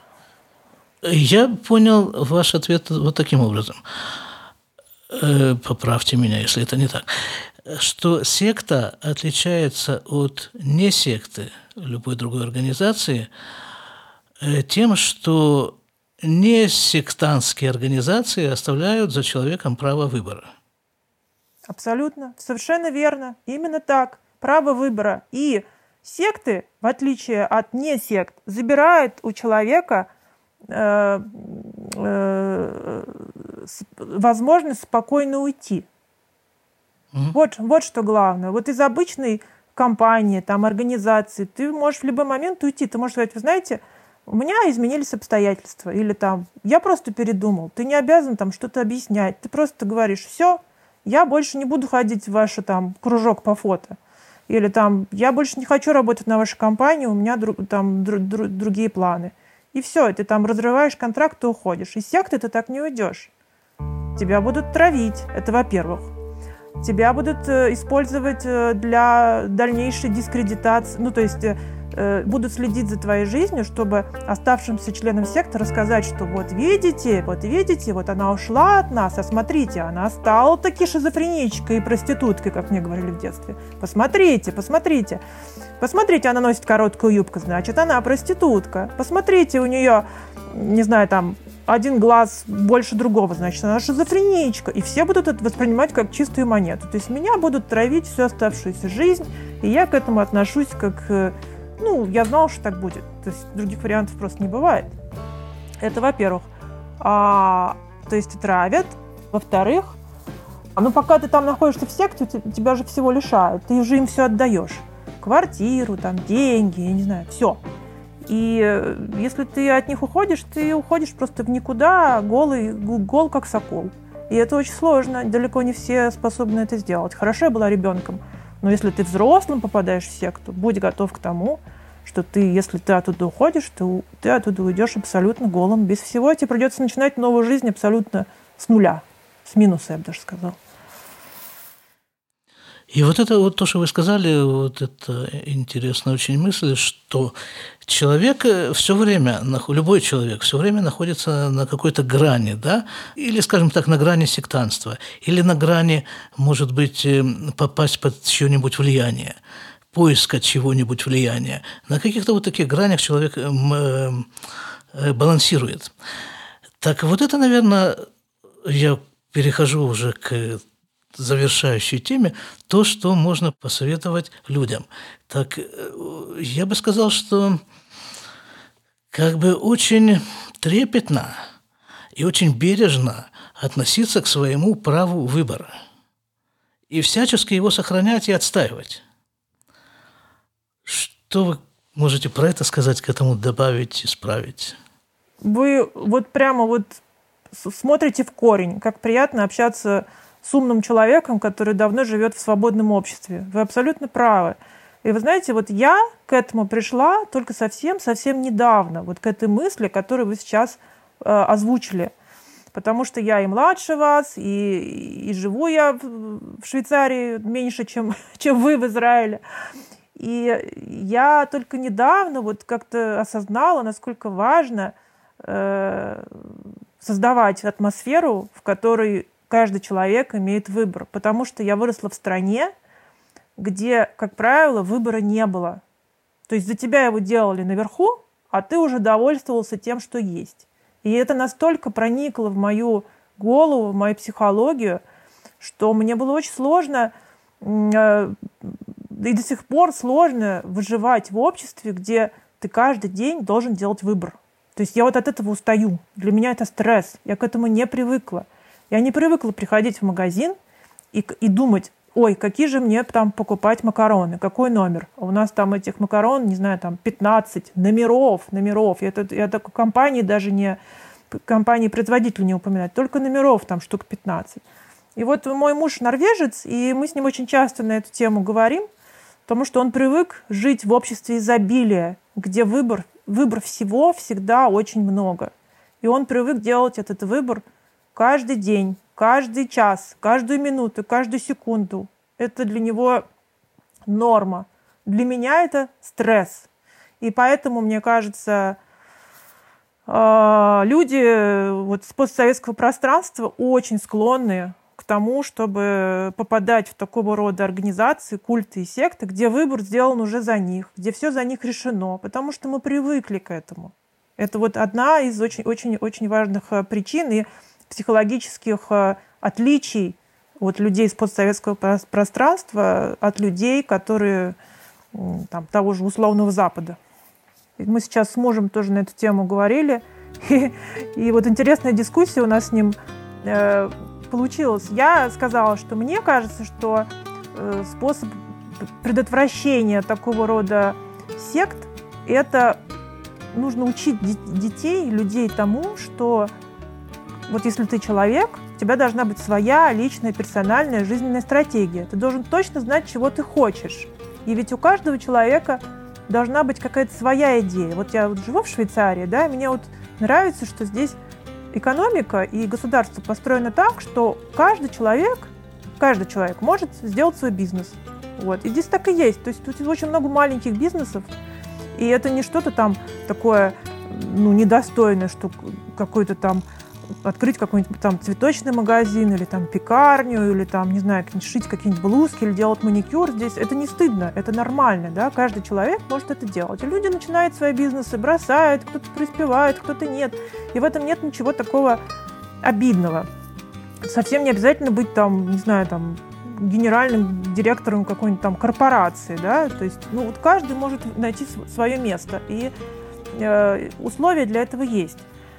Я понял ваш ответ вот таким образом. Поправьте меня, если это не так. Что секта отличается от несекты любой другой организации тем, что несектантские организации оставляют за человеком право выбора. Абсолютно, совершенно верно. Именно так. Право выбора. И секты, в отличие от несект, забирают у человека возможность спокойно уйти. Вот что главное. Из обычной компании, там, организации ты можешь в любой момент уйти. Ты можешь сказать, вы знаете, у меня изменились обстоятельства. Или там, я просто передумал. Ты не обязан там что-то объяснять. Ты просто говоришь, все, я больше не буду ходить в ваш там кружок по фото. Или там, я больше не хочу работать на вашей компании, у меня там другие планы. И все, ты там разрываешь контракт, ты уходишь. Из секты ты так не уйдешь. Тебя будут травить, это во-первых. Тебя будут использовать для дальнейшей дискредитации, то есть будут следить за твоей жизнью, чтобы оставшимся членам секты рассказать, что вот видите, она ушла от нас, а смотрите, она стала таки шизофреничкой и проституткой, как мне говорили в детстве. Посмотрите, она носит короткую юбку, значит, она проститутка. Посмотрите, у нее, не знаю, там, один глаз больше другого, значит, она шизофреничка. И все будут это воспринимать как чистую монету. То есть меня будут травить всю оставшуюся жизнь, и я к этому отношусь как... я знала, что так будет. То есть других вариантов просто не бывает. Это во-первых. То есть травят. Во-вторых, пока ты там находишься в секте, тебя же всего лишают. Ты уже им все отдаешь. Квартиру, там, деньги, я не знаю, все. И если ты от них уходишь, ты уходишь просто в никуда, гол как сокол. И это очень сложно. Далеко не все способны это сделать. Хорошо, я была ребенком. Но если ты взрослым попадаешь в секту, будь готов к тому, что если ты оттуда уходишь, ты оттуда уйдешь абсолютно голым, без всего. Тебе придется начинать новую жизнь абсолютно с нуля, с минуса, я бы даже сказала. И вот это вот то, что вы сказали, вот это интересная очень мысль, что человек все время, любой человек все время находится на какой-то грани, да, или, скажем так, на грани сектантства, или на грани, может быть, попасть под чье-нибудь влияние, поиска чего-нибудь влияния. На каких-то вот таких гранях человек балансирует. Так вот это, наверное, я перехожу уже к завершающей теме, то, что можно посоветовать людям. Так я бы сказал, что как бы очень трепетно и очень бережно относиться к своему праву выбора и всячески его сохранять и отстаивать. Что вы можете про это сказать, к этому добавить, исправить? Вы вот прямо вот смотрите в корень, как приятно общаться с умным человеком, который давно живет в свободном обществе. Вы абсолютно правы. И вы знаете, вот я к этому пришла только совсем недавно, вот к этой мысли, которую вы сейчас озвучили. Потому что я и младше вас, и живу я в Швейцарии меньше, чем вы в Израиле. И я только недавно вот как-то осознала, насколько важно создавать атмосферу, в которой каждый человек имеет выбор. Потому что я выросла в стране, где, как правило, выбора не было. То есть за тебя его делали наверху, а ты уже довольствовался тем, что есть. И это настолько проникло в мою голову, в мою психологию, что мне было очень сложно, и до сих пор сложно выживать в обществе, где ты каждый день должен делать выбор. То есть я вот от этого устаю. Для меня это стресс. Я к этому не привыкла. Я не привыкла приходить в магазин и думать, ой, какие же мне там покупать макароны, какой номер. У нас там этих макарон, не знаю, там 15 номеров. Я такой компании даже не, компании-производителя не упоминать, только номеров там штук 15. И вот мой муж норвежец, и мы с ним очень часто на эту тему говорим, потому что он привык жить в обществе изобилия, где выбор всего всегда очень много. И он привык делать этот выбор каждый день, каждый час, каждую минуту, каждую секунду. Это для него норма. Для меня это стресс. И поэтому, мне кажется, люди вот с постсоветского пространства очень склонны к тому, чтобы попадать в такого рода организации, культы и секты, где выбор сделан уже за них, где все за них решено, потому что мы привыкли к этому. Это вот одна из очень важных причин и психологических отличий от людей из постсоветского пространства от людей, которые там, того же условного Запада. И мы сейчас с мужем тоже на эту тему говорили, и вот интересная дискуссия у нас с ним получилась. Я сказала, что мне кажется, что способ предотвращения такого рода сект – это нужно учить детей, людей тому, что вот если ты человек, у тебя должна быть своя личная, персональная жизненная стратегия. Ты должен точно знать, чего ты хочешь. И ведь у каждого человека должна быть какая-то своя идея. Вот я вот живу в Швейцарии, да, и мне вот нравится, что здесь экономика и государство построено так, что каждый человек может сделать свой бизнес. Вот. И здесь так и есть. То есть тут очень много маленьких бизнесов, и это не что-то там такое, недостойное, что какой-то там открыть какой-нибудь там цветочный магазин или там пекарню, или там, не знаю, шить какие-нибудь блузки или делать маникюр здесь. Это не стыдно, это нормально, да, каждый человек может это делать. И люди начинают свои бизнесы, бросают, кто-то преуспевает, кто-то нет. И в этом нет ничего такого обидного. Совсем не обязательно быть там, не знаю, там, генеральным директором какой-нибудь там корпорации, да, то есть, вот каждый может найти свое место, и условия для этого есть.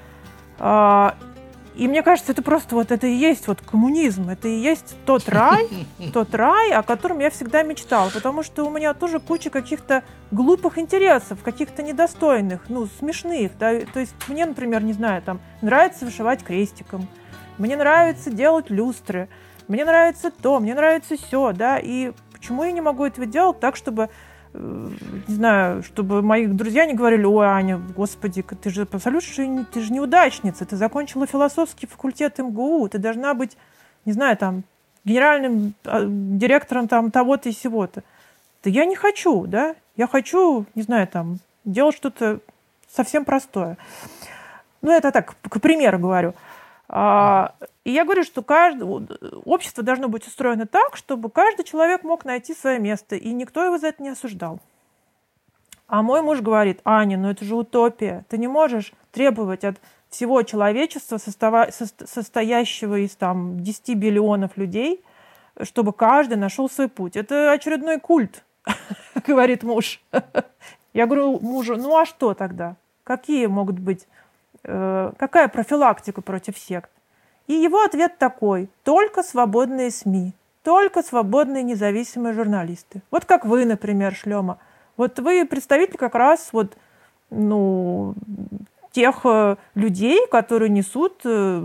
И мне кажется, это просто вот это и есть вот коммунизм, это и есть тот рай, о котором я всегда мечтала, потому что у меня тоже куча каких-то глупых интересов, каких-то недостойных, смешных, да, то есть мне, например, не знаю, там, нравится вышивать крестиком, мне нравится делать люстры, мне нравится то, мне нравится сё, да, и Почему я не могу этого делать так, чтобы, не знаю, чтобы мои друзья не говорили: ой, Аня, господи, ты же абсолютно, ты же неудачница, ты закончила философский факультет МГУ, ты должна быть, не знаю, там, генеральным директором там того-то и сего-то. Да я не хочу, да, я хочу, не знаю, там, делать что-то совсем простое. Ну, это так, к примеру говорю. И я говорю, что общество должно быть устроено так, чтобы каждый человек мог найти свое место, и никто его за это не осуждал. А мой муж говорит: Аня, ну это же утопия. Ты не можешь требовать от всего человечества, состоящего из там 10 биллионов людей, чтобы каждый нашел свой путь. Это очередной культ, говорит муж. Я говорю мужу: ну а что тогда? Какие могут быть, какая профилактика против сект? И его ответ такой: только свободные СМИ, только свободные независимые журналисты. Вот как вы, например, Шлема. Вот вы представитель как раз вот, ну, тех людей, которые несут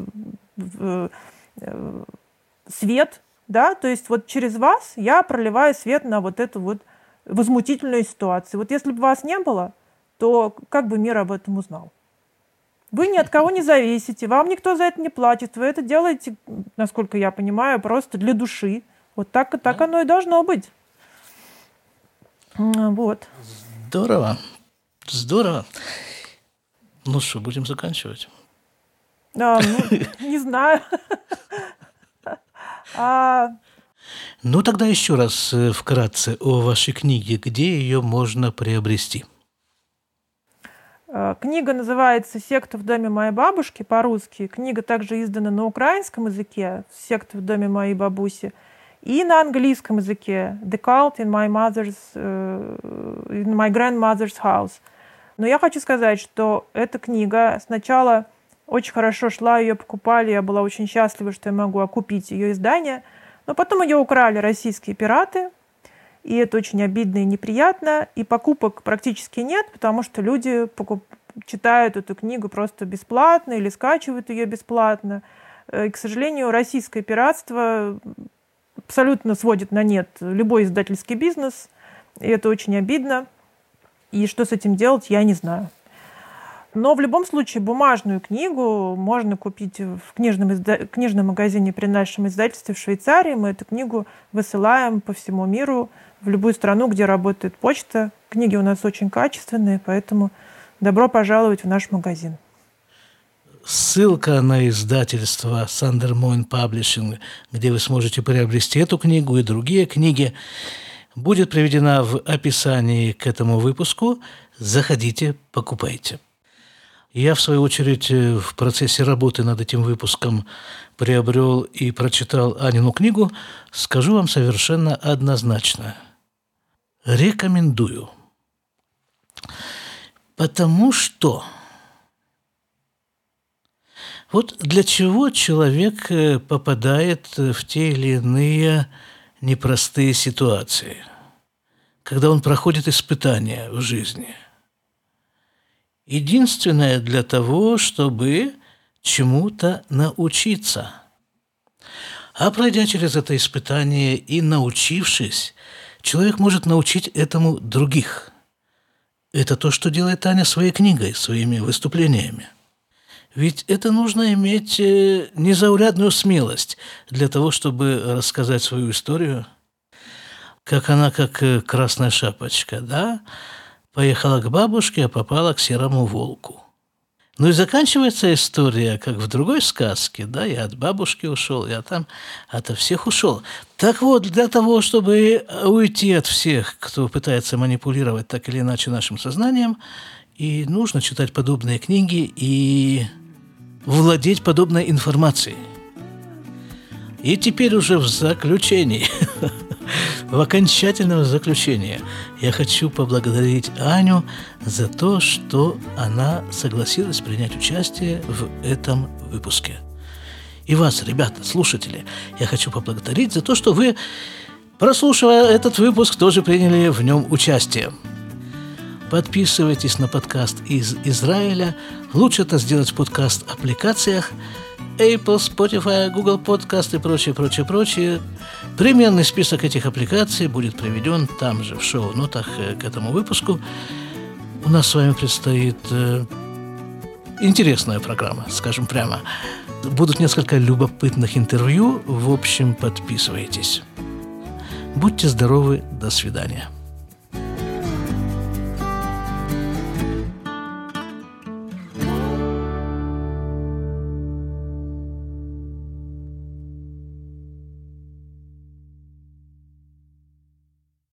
свет, да, то есть вот через вас я проливаю свет на вот эту вот возмутительную ситуацию. Вот если бы вас не было, то как бы мир об этом узнал? Вы ни от кого не зависите, вам никто за это не платит, вы это делаете, насколько я понимаю, просто для души. Вот так оно и должно быть. Вот. Здорово. Ну что, будем заканчивать? Ну, не знаю. Ну, тогда еще раз вкратце о вашей книге. Где ее можно приобрести? Книга называется «Секта в доме моей бабушки» по-русски. Книга также издана на украинском языке «Секта в доме моей бабуси» и на английском языке «The Cult in my grandmother's house». Но я хочу сказать, что эта книга сначала очень хорошо шла, ее покупали, я была очень счастлива, что я могу окупить ее издание, но потом ее украли российские пираты, и это очень обидно и неприятно, и покупок практически нет, потому что люди читают эту книгу просто бесплатно или скачивают ее бесплатно. И, к сожалению, российское пиратство абсолютно сводит на нет любой издательский бизнес, и это очень обидно. И что с этим делать, я не знаю. Но в любом случае бумажную книгу можно купить в книжном магазине при нашем издательстве в Швейцарии. Мы эту книгу высылаем по всему миру, в любую страну, где работает почта. Книги у нас очень качественные, поэтому добро пожаловать в наш магазин. Ссылка на издательство Sandermoen Publishing, где вы сможете приобрести эту книгу и другие книги, будет приведена в описании к этому выпуску. Заходите, покупайте. Я, в свою очередь, в процессе работы над этим выпуском приобрел и прочитал Анину книгу. Скажу вам совершенно однозначно. Рекомендую. Потому что вот для чего человек попадает в те или иные непростые ситуации, когда он проходит испытания в жизни. Единственное для того, чтобы чему-то научиться. А пройдя через это испытание и научившись, человек может научить этому других. Это то, что делает Аня своей книгой, своими выступлениями. Ведь это нужно иметь незаурядную смелость для того, чтобы рассказать свою историю, как она, как красная шапочка, да, поехала к бабушке, а попала к серому волку. Ну и заканчивается история, как в другой сказке, да, я от бабушки ушел, я там ото всех ушел. Так вот, для того, чтобы уйти от всех, кто пытается манипулировать так или иначе нашим сознанием, и нужно читать подобные книги и владеть подобной информацией. И теперь уже в заключении, в окончательном заключении, я хочу поблагодарить Аню за то, что она согласилась принять участие в этом выпуске. И вас, ребята, слушатели, я хочу поблагодарить за то, что вы, прослушивая этот выпуск, тоже приняли в нем участие. Подписывайтесь на подкаст из Израиля. Лучше это сделать в подкаст-аппликациях. Apple, Spotify, Google Podcast и прочее. Применный список этих аппликаций будет приведен там же, в шоу-нотах к этому выпуску. У нас с вами предстоит интересная программа, скажем прямо. Будут несколько любопытных интервью. В общем, подписывайтесь. Будьте здоровы, до свидания.